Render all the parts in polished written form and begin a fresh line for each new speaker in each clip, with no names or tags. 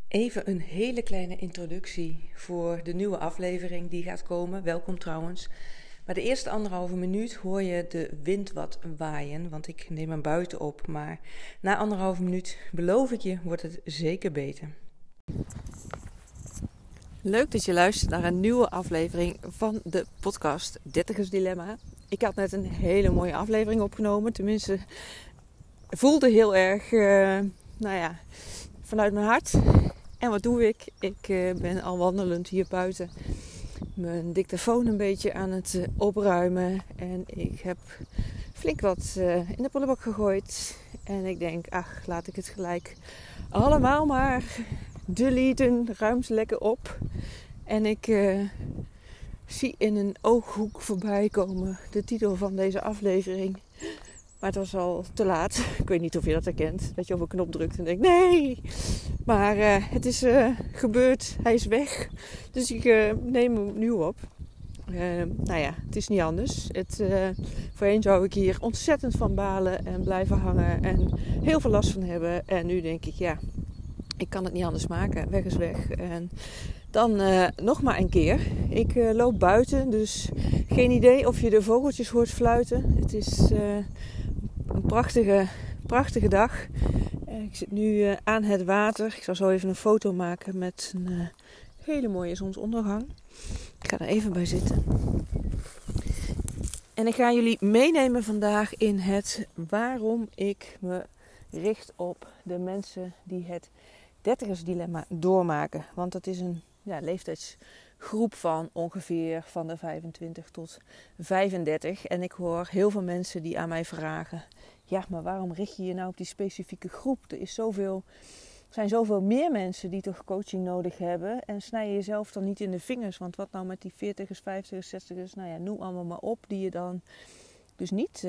Even een hele kleine introductie voor de nieuwe aflevering die gaat komen. Welkom trouwens. Maar de eerste 1,5 minuut hoor je de wind wat waaien, want ik neem hem buiten op. Maar na 1,5 minuut, beloof ik je, wordt het zeker beter. Leuk dat je luistert naar een nieuwe aflevering van de podcast Dertigers Dilemma. Ik had net een hele mooie aflevering opgenomen. Tenminste, voelde heel erg, vanuit mijn hart. En wat doe ik? Ik ben al wandelend hier buiten mijn dictafoon een beetje aan het opruimen. En ik heb flink wat in de prullenbak gegooid. En ik denk, laat ik het gelijk allemaal maar deleten. Ruim ze lekker op. En ik zie in een ooghoek voorbij komen de titel van deze aflevering. Maar het was al te laat. Ik weet niet of je dat herkent. Dat je op een knop drukt en denkt, nee! Maar het is gebeurd. Hij is weg. Dus ik neem hem nu op. Het is niet anders. Voorheen zou ik hier ontzettend van balen en blijven hangen. En heel veel last van hebben. En nu denk ik, ik kan het niet anders maken. Weg is weg. En dan nog maar een keer. Ik loop buiten. Dus geen idee of je de vogeltjes hoort fluiten. Het is een prachtige dag. Ik zit nu aan het water. Ik zal zo even een foto maken met een hele mooie zonsondergang. Ik ga er even bij zitten. En ik ga jullie meenemen vandaag in het waarom ik me richt op de mensen die het dertigersdilemma doormaken. Want dat is een leeftijdsgroep van ongeveer van de 25 tot 35. En ik hoor heel veel mensen die aan mij vragen, ja, maar waarom richt je je nou op die specifieke groep? Er zijn zoveel meer mensen die toch coaching nodig hebben. En snij je jezelf dan niet in de vingers. Want wat nou met die 40ers, 50ers, 60ers, noem allemaal maar op. Die je dan dus niet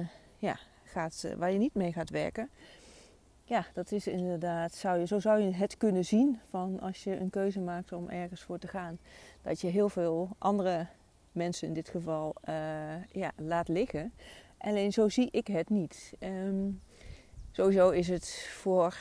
waar je niet mee gaat werken. Ja, dat is inderdaad, zo zou je het kunnen zien van als je een keuze maakt om ergens voor te gaan. Dat je heel veel andere mensen in dit geval laat liggen. Alleen zo zie ik het niet. Sowieso is het voor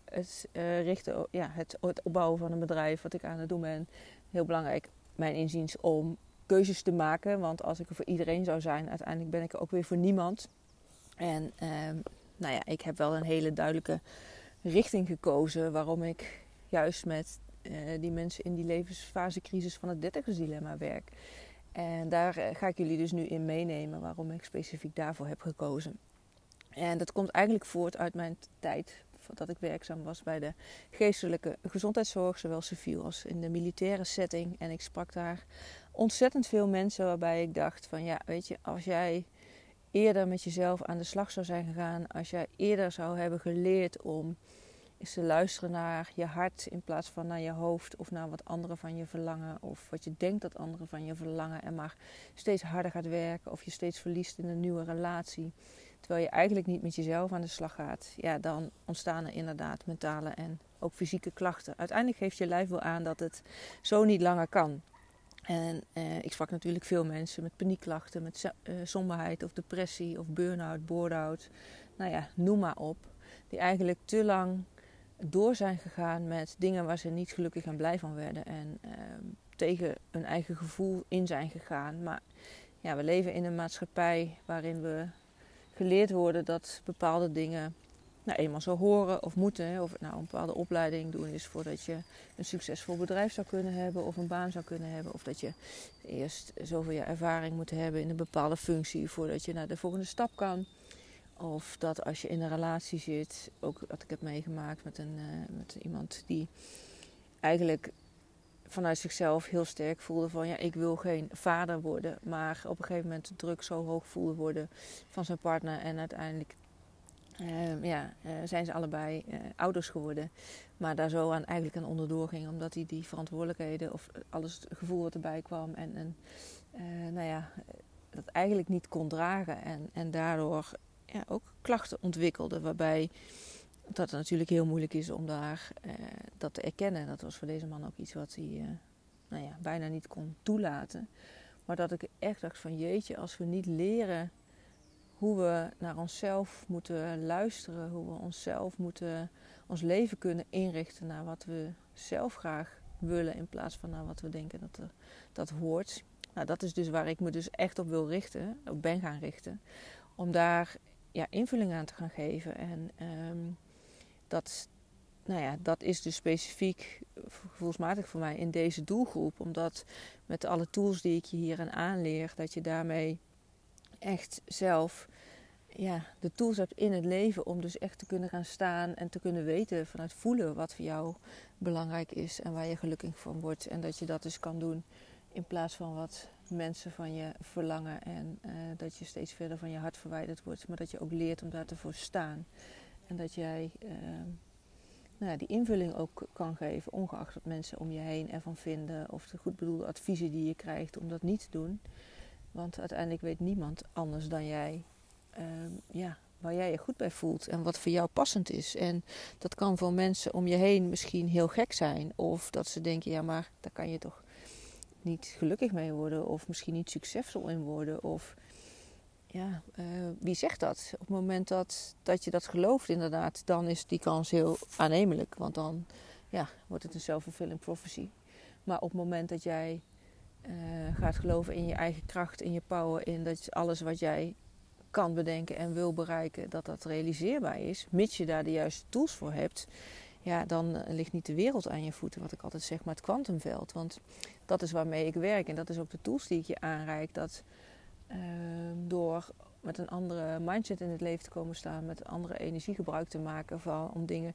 het opbouwen van een bedrijf wat ik aan het doen ben heel belangrijk, mijn inziens, om keuzes te maken. Want als ik er voor iedereen zou zijn, uiteindelijk ben ik er ook weer voor niemand. En ik heb wel een hele duidelijke richting gekozen waarom ik juist met die mensen in die levensfasecrisis van het dertigersdilemma werk. En daar ga ik jullie dus nu in meenemen waarom ik specifiek daarvoor heb gekozen. En dat komt eigenlijk voort uit mijn tijd dat ik werkzaam was bij de geestelijke gezondheidszorg, zowel civiel als in de militaire setting. En ik sprak daar ontzettend veel mensen waarbij ik dacht van als jij eerder met jezelf aan de slag zou zijn gegaan, als jij eerder zou hebben geleerd om eens te luisteren naar je hart in plaats van naar je hoofd of naar wat anderen van je verlangen of wat je denkt dat anderen van je verlangen en maar steeds harder gaat werken of je steeds verliest in een nieuwe relatie, terwijl je eigenlijk niet met jezelf aan de slag gaat, dan ontstaan er inderdaad mentale en ook fysieke klachten. Uiteindelijk geeft je lijf wel aan dat het zo niet langer kan. En ik sprak natuurlijk veel mensen met paniekklachten, met somberheid of depressie of burn-out, board-out. Noem maar op. Die eigenlijk te lang door zijn gegaan met dingen waar ze niet gelukkig en blij van werden. En tegen hun eigen gevoel in zijn gegaan. Maar we leven in een maatschappij waarin we geleerd worden dat bepaalde dingen eenmaal zo horen of moeten. Of het nou een bepaalde opleiding doen is voordat je een succesvol bedrijf zou kunnen hebben of een baan zou kunnen hebben. Of dat je eerst zoveel jaar ervaring moet hebben in een bepaalde functie voordat je naar de volgende stap kan. Of dat als je in een relatie zit, ook wat ik heb meegemaakt met iemand die eigenlijk vanuit zichzelf heel sterk voelde van ik wil geen vader worden. Maar op een gegeven moment de druk zo hoog voelde worden van zijn partner en uiteindelijk zijn ze allebei ouders geworden. Maar daar zo eigenlijk aan onderdoor ging. Omdat hij die verantwoordelijkheden of alles het gevoel wat erbij kwam. En dat eigenlijk niet kon dragen. En daardoor ook klachten ontwikkelde. Waarbij dat het natuurlijk heel moeilijk is om daar dat te erkennen. Dat was voor deze man ook iets wat hij bijna niet kon toelaten. Maar dat ik echt dacht van jeetje, als we niet leren hoe we naar onszelf moeten luisteren. Hoe we onszelf moeten, ons leven kunnen inrichten naar wat we zelf graag willen. In plaats van naar wat we denken dat hoort. Nou, dat is dus waar ik me dus echt op wil richten. Op ben gaan richten. Om daar invulling aan te gaan geven. En dat is dus specifiek gevoelsmatig voor mij in deze doelgroep. Omdat met alle tools die ik je hier aanleer, dat je daarmee echt zelf de tools hebt in het leven om dus echt te kunnen gaan staan en te kunnen weten vanuit voelen wat voor jou belangrijk is en waar je gelukkig van wordt. En dat je dat dus kan doen in plaats van wat mensen van je verlangen en dat je steeds verder van je hart verwijderd wordt. Maar dat je ook leert om daar te voor staan. En dat jij die invulling ook kan geven, ongeacht wat mensen om je heen ervan vinden. Of de goed bedoelde adviezen die je krijgt om dat niet te doen. Want uiteindelijk weet niemand anders dan jij waar jij je goed bij voelt en wat voor jou passend is. En dat kan voor mensen om je heen misschien heel gek zijn. Of dat ze denken, ja maar daar kan je toch niet gelukkig mee worden. Of misschien niet succesvol in worden. Of wie zegt dat? Op het moment dat je dat gelooft inderdaad, dan is die kans heel aannemelijk. Want dan wordt het een self-fulfilling prophecy. Maar op het moment dat jij gaat geloven in je eigen kracht, in je power, in dat alles wat jij kan bedenken en wil bereiken, dat realiseerbaar is, mits je daar de juiste tools voor hebt, dan ligt niet de wereld aan je voeten, wat ik altijd zeg, maar het kwantumveld. Want dat is waarmee ik werk en dat is ook de tools die ik je aanreik, dat door met een andere mindset in het leven te komen staan, met andere energie gebruik te maken om dingen,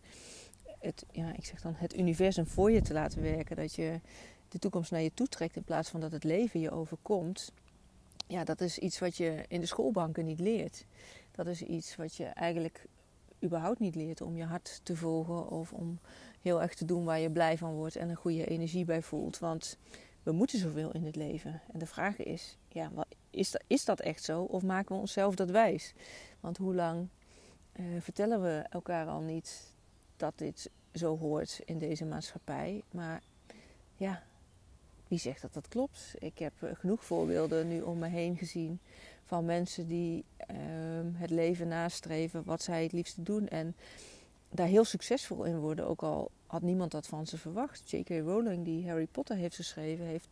het universum voor je te laten werken, dat je de toekomst naar je toe trekt in plaats van dat het leven je overkomt. Ja, dat is iets wat je in de schoolbanken niet leert. Dat is iets wat je eigenlijk überhaupt niet leert om je hart te volgen of om heel erg te doen waar je blij van wordt en een goede energie bij voelt. Want we moeten zoveel in het leven. En de vraag is, is dat echt zo of maken we onszelf dat wijs? Want hoe lang vertellen we elkaar al niet dat dit zo hoort in deze maatschappij? Maar wie zegt dat dat klopt? Ik heb genoeg voorbeelden nu om me heen gezien van mensen die het leven nastreven wat zij het liefste doen en daar heel succesvol in worden. Ook al had niemand dat van ze verwacht. J.K. Rowling, die Harry Potter heeft geschreven, heeft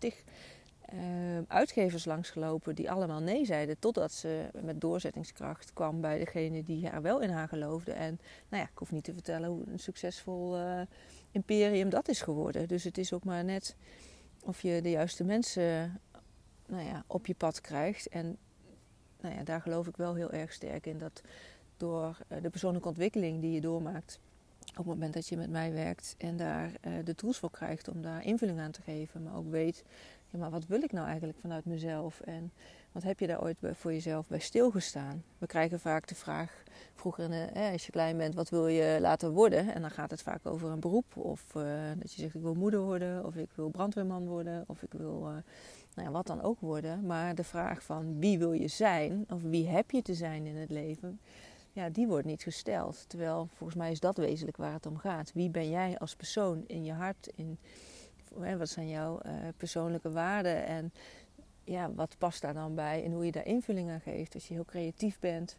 uitgevers langsgelopen die allemaal nee zeiden, totdat ze met doorzettingskracht kwam bij degene die er wel in haar geloofde. En ik hoef niet te vertellen hoe een succesvol imperium dat is geworden. Dus het is ook maar net of je de juiste mensen op je pad krijgt. En daar geloof ik wel heel erg sterk in. Dat door de persoonlijke ontwikkeling die je doormaakt op het moment dat je met mij werkt en daar de tools voor krijgt om daar invulling aan te geven. Maar ook weet, maar wat wil ik nou eigenlijk vanuit mezelf? En wat heb je daar ooit voor jezelf bij stilgestaan? We krijgen vaak de vraag, vroeger als je klein bent, wat wil je later worden? En dan gaat het vaak over een beroep. Of dat je zegt, ik wil moeder worden. Of ik wil brandweerman worden. Of ik wil wat dan ook worden. Maar de vraag van wie wil je zijn? Of wie heb je te zijn in het leven? Die wordt niet gesteld. Terwijl volgens mij is dat wezenlijk waar het om gaat. Wie ben jij als persoon in je hart? Wat zijn jouw persoonlijke waarden? En wat past daar dan bij? En hoe je daar invulling aan geeft. Als je heel creatief bent.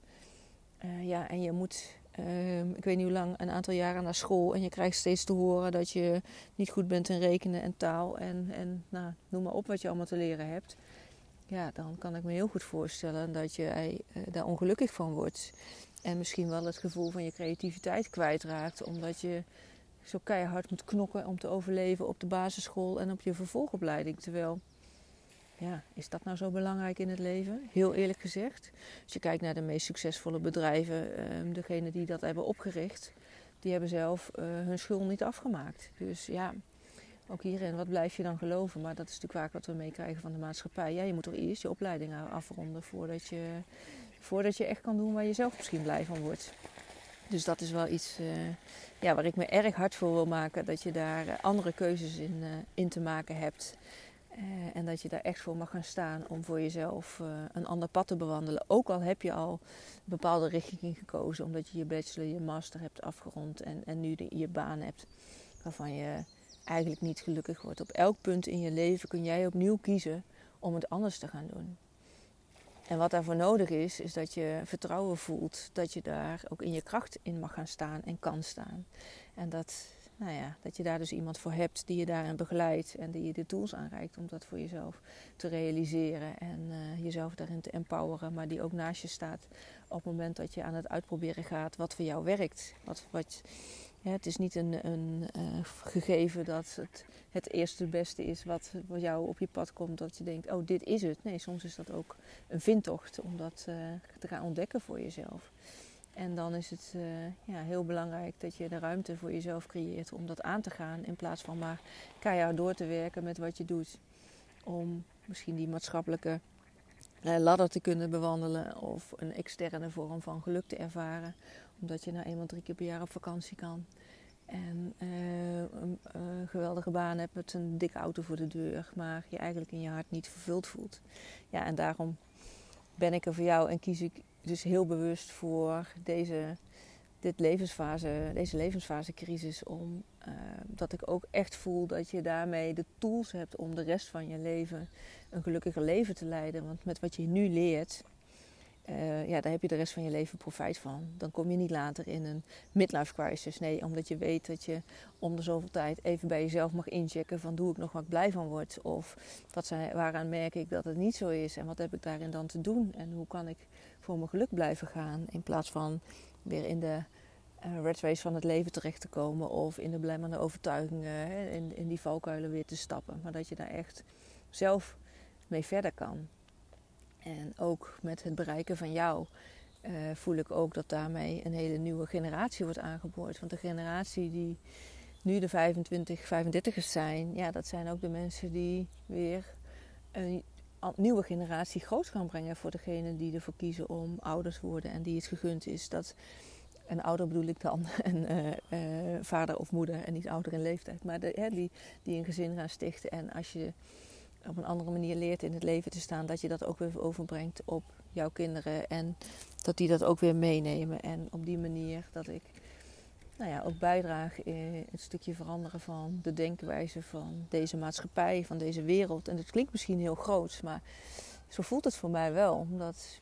En je moet, ik weet niet hoe lang, een aantal jaren naar school. En je krijgt steeds te horen dat je niet goed bent in rekenen en taal. En noem maar op wat je allemaal te leren hebt. Dan kan ik me heel goed voorstellen dat je daar ongelukkig van wordt. En misschien wel het gevoel van je creativiteit kwijtraakt. Omdat je zo keihard moet knokken om te overleven op de basisschool en op je vervolgopleiding. Terwijl, is dat nou zo belangrijk in het leven? Heel eerlijk gezegd. Als je kijkt naar de meest succesvolle bedrijven, degenen die dat hebben opgericht, die hebben zelf hun schuld niet afgemaakt. Dus ook hierin, wat blijf je dan geloven? Maar dat is natuurlijk vaak wat we meekrijgen van de maatschappij. Je moet toch eerst je opleiding afronden voordat je echt kan doen waar je zelf misschien blij van wordt. Dus dat is wel iets waar ik me erg hard voor wil maken. Dat je daar andere keuzes in te maken hebt. En dat je daar echt voor mag gaan staan om voor jezelf een ander pad te bewandelen. Ook al heb je al een bepaalde richting gekozen. Omdat je je bachelor, je master hebt afgerond. En nu je baan hebt waarvan je eigenlijk niet gelukkig wordt. Op elk punt in je leven kun jij opnieuw kiezen om het anders te gaan doen. En wat daarvoor nodig is dat je vertrouwen voelt. Dat je daar ook in je kracht in mag gaan staan en kan staan. En dat je daar dus iemand voor hebt die je daarin begeleidt. En die je de tools aanreikt om dat voor jezelf te realiseren. En jezelf daarin te empoweren. Maar die ook naast je staat op het moment dat je aan het uitproberen gaat wat voor jou werkt. Het is niet een gegeven dat het eerste beste is wat voor jou op je pad komt. Dat je denkt, oh, dit is het. Nee, soms is dat ook een vindtocht om dat te gaan ontdekken voor jezelf. En dan is het heel belangrijk dat je de ruimte voor jezelf creëert om dat aan te gaan. In plaats van maar keihard door te werken met wat je doet. Om misschien die maatschappelijke ladder te kunnen bewandelen. Of een externe vorm van geluk te ervaren. Omdat je nou eenmaal 3 keer per jaar op vakantie kan. En een geweldige baan hebt met een dikke auto voor de deur. Maar je eigenlijk in je hart niet vervuld voelt. Ja, en daarom ben ik er voor jou en kies ik dus heel bewust voor deze levensfasecrisis. Dat ik ook echt voel dat je daarmee de tools hebt om de rest van je leven een gelukkiger leven te leiden. Want met wat je nu leert, daar heb je de rest van je leven profijt van. Dan kom je niet later in een midlife crisis. Nee, omdat je weet dat je om de zoveel tijd even bij jezelf mag inchecken van doe ik nog wat ik blij van word? Of waaraan merk ik dat het niet zo is? En wat heb ik daarin dan te doen? En hoe kan ik voor mijn geluk blijven gaan? In plaats van weer in de rat race van het leven terecht te komen. Of in de belemmerende overtuigingen, in die valkuilen weer te stappen. Maar dat je daar echt zelf mee verder kan. En ook met het bereiken van jou voel ik ook dat daarmee een hele nieuwe generatie wordt aangeboord. Want de generatie die nu de 35ers zijn, ja, dat zijn ook de mensen die weer een nieuwe generatie groot gaan brengen voor degenen die ervoor kiezen om ouders te worden en die het gegund is. En ouder bedoel ik dan een vader of moeder en niet ouder in leeftijd. Maar die een gezin gaan stichten. En als je op een andere manier leert in het leven te staan, dat je dat ook weer overbrengt op jouw kinderen. En dat die dat ook weer meenemen. En op die manier dat ik ook bijdraag in het stukje veranderen van de denkwijze van deze maatschappij, van deze wereld. En dat klinkt misschien heel groot, maar zo voelt het voor mij wel. Omdat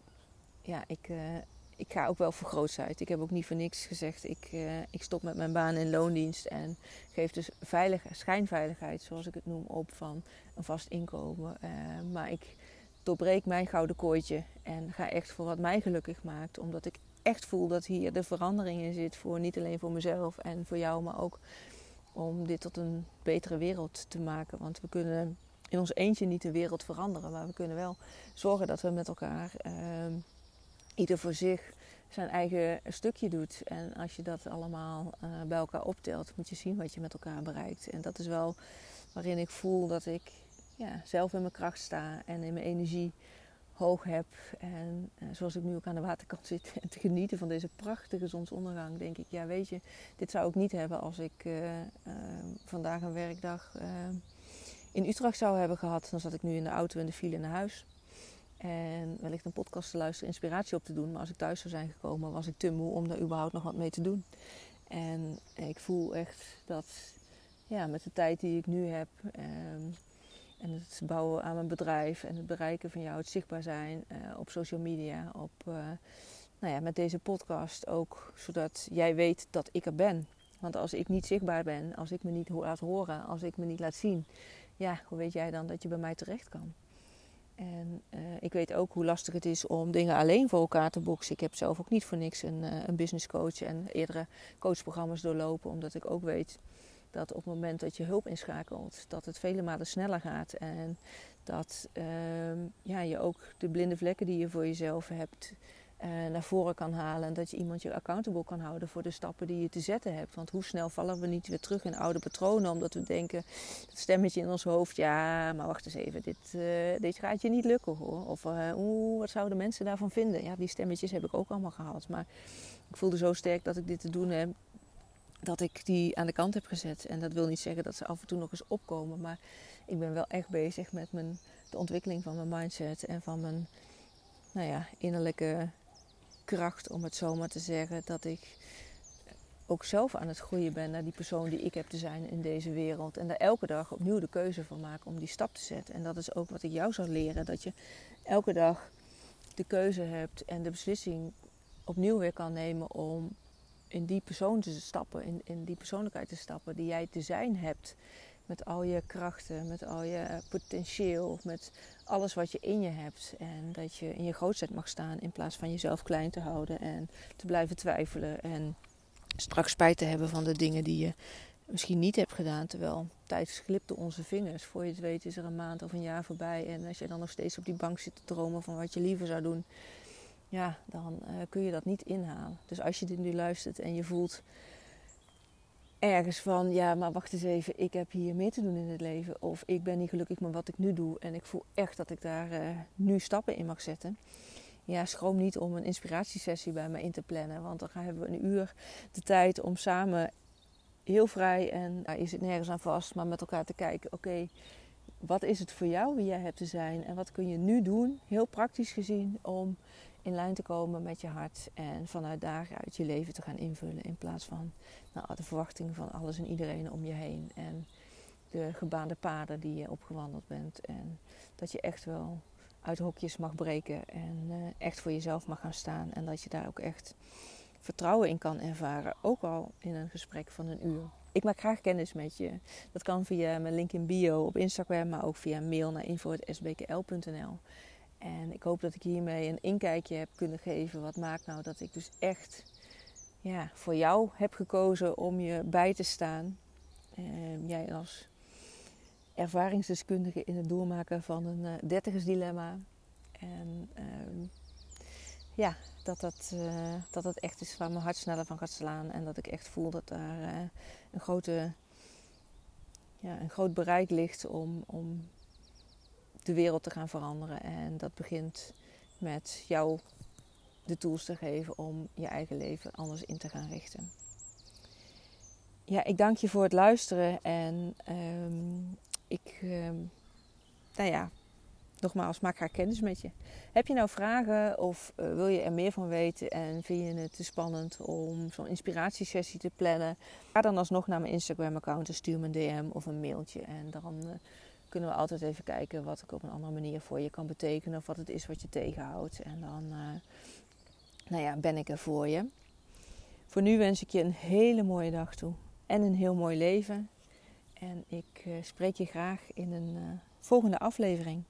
ik ga ook wel voor grootsheid. Ik heb ook niet voor niks gezegd, ik stop met mijn baan in loondienst en geef dus schijnveiligheid, zoals ik het noem, op van een vast inkomen. Maar ik doorbreek mijn gouden kooitje en ga echt voor wat mij gelukkig maakt. Omdat ik echt voel dat hier de verandering in zit, niet alleen voor mezelf en voor jou, maar ook om dit tot een betere wereld te maken. Want we kunnen in ons eentje niet de wereld veranderen, maar we kunnen wel zorgen dat we met elkaar ieder voor zich zijn eigen stukje doet. En als je dat allemaal bij elkaar optelt, moet je zien wat je met elkaar bereikt. En dat is wel waarin ik voel dat ik zelf in mijn kracht sta en in mijn energie hoog heb. En zoals ik nu ook aan de waterkant zit en te genieten van deze prachtige zonsondergang, denk ik, ja weet je, dit zou ik niet hebben als ik vandaag een werkdag in Utrecht zou hebben gehad. Dan zat ik nu in de auto in de file naar huis. En wellicht een podcast te luisteren, inspiratie op te doen. Maar als ik thuis zou zijn gekomen, was ik te moe om daar überhaupt nog wat mee te doen. En ik voel echt dat met de tijd die ik nu heb en het bouwen aan mijn bedrijf en het bereiken van jou, het zichtbaar zijn op social media, met deze podcast ook, zodat jij weet dat ik er ben. Want als ik niet zichtbaar ben, als ik me niet laat horen, als ik me niet laat zien, hoe weet jij dan dat je bij mij terecht kan? En ik weet ook hoe lastig het is om dingen alleen voor elkaar te boksen. Ik heb zelf ook niet voor niks een business coach en eerdere coachprogramma's doorlopen. Omdat ik ook weet dat op het moment dat je hulp inschakelt, dat het vele malen sneller gaat. En dat je ook de blinde vlekken die je voor jezelf hebt naar voren kan halen. En dat je iemand je accountable kan houden voor de stappen die je te zetten hebt. Want hoe snel vallen we niet weer terug in oude patronen. Omdat we denken, dat stemmetje in ons hoofd, ja, maar wacht eens even, dit gaat je niet lukken hoor. Of wat zouden mensen daarvan vinden? Ja, die stemmetjes heb ik ook allemaal gehad. Maar ik voelde zo sterk dat ik dit te doen heb, dat ik die aan de kant heb gezet. En dat wil niet zeggen dat ze af en toe nog eens opkomen. Maar ik ben wel echt bezig met de ontwikkeling van mijn mindset en van mijn innerlijke kracht, om het zo maar te zeggen, dat ik ook zelf aan het groeien ben naar die persoon die ik heb te zijn in deze wereld. En daar elke dag opnieuw de keuze van maak om die stap te zetten. En dat is ook wat ik jou zou leren. Dat je elke dag de keuze hebt en de beslissing opnieuw weer kan nemen om in die persoon te stappen, in die persoonlijkheid te stappen die jij te zijn hebt. Met al je krachten, met al je potentieel, met alles wat je in je hebt. En dat je in je grootheid mag staan in plaats van jezelf klein te houden en te blijven twijfelen. En straks spijt te hebben van de dingen die je misschien niet hebt gedaan. Terwijl tijd glipt door onze vingers. Voor je het weet is er een maand of een jaar voorbij. En als je dan nog steeds op die bank zit te dromen van wat je liever zou doen. Ja, dan kun je dat niet inhalen. Dus als je dit nu luistert en je voelt ergens van, ja, maar wacht eens even, ik heb hier meer te doen in het leven. Of ik ben niet gelukkig met wat ik nu doe. En ik voel echt dat ik daar nu stappen in mag zetten. Ja, schroom niet om een inspiratiesessie bij me in te plannen. Want dan hebben we een uur de tijd om samen heel vrij, en daar is het nergens aan vast, maar met elkaar te kijken. Oké, wat is het voor jou wie jij hebt te zijn? En wat kun je nu doen, heel praktisch gezien, om in lijn te komen met je hart en vanuit daaruit je leven te gaan invullen. In plaats van de verwachtingen van alles en iedereen om je heen. En de gebaande paden die je opgewandeld bent. En dat je echt wel uit hokjes mag breken en echt voor jezelf mag gaan staan. En dat je daar ook echt vertrouwen in kan ervaren. Ook al in een gesprek van een uur. Ik maak graag kennis met je. Dat kan via mijn link in bio op Instagram, maar ook via mail naar info@sbkl.nl. En ik hoop dat ik hiermee een inkijkje heb kunnen geven. Wat maakt nou dat ik dus echt voor jou heb gekozen om je bij te staan. Jij als ervaringsdeskundige in het doormaken van een dertigersdilemma. En dat het echt is waar mijn hart sneller van gaat slaan. En dat ik echt voel dat daar een groot bereik ligt om de wereld te gaan veranderen. En dat begint met jou de tools te geven om je eigen leven anders in te gaan richten. Ja, ik dank je voor het luisteren. En nogmaals, maak graag kennis met je. Heb je nou vragen of wil je er meer van weten en vind je het te spannend om zo'n inspiratiesessie te plannen? Ga dan alsnog naar mijn Instagram-account en stuur me een DM of een mailtje. En dan kunnen we altijd even kijken wat ik op een andere manier voor je kan betekenen of wat het is wat je tegenhoudt. En dan ben ik er voor je. Voor nu wens ik je een hele mooie dag toe en een heel mooi leven. En ik spreek je graag in een volgende aflevering.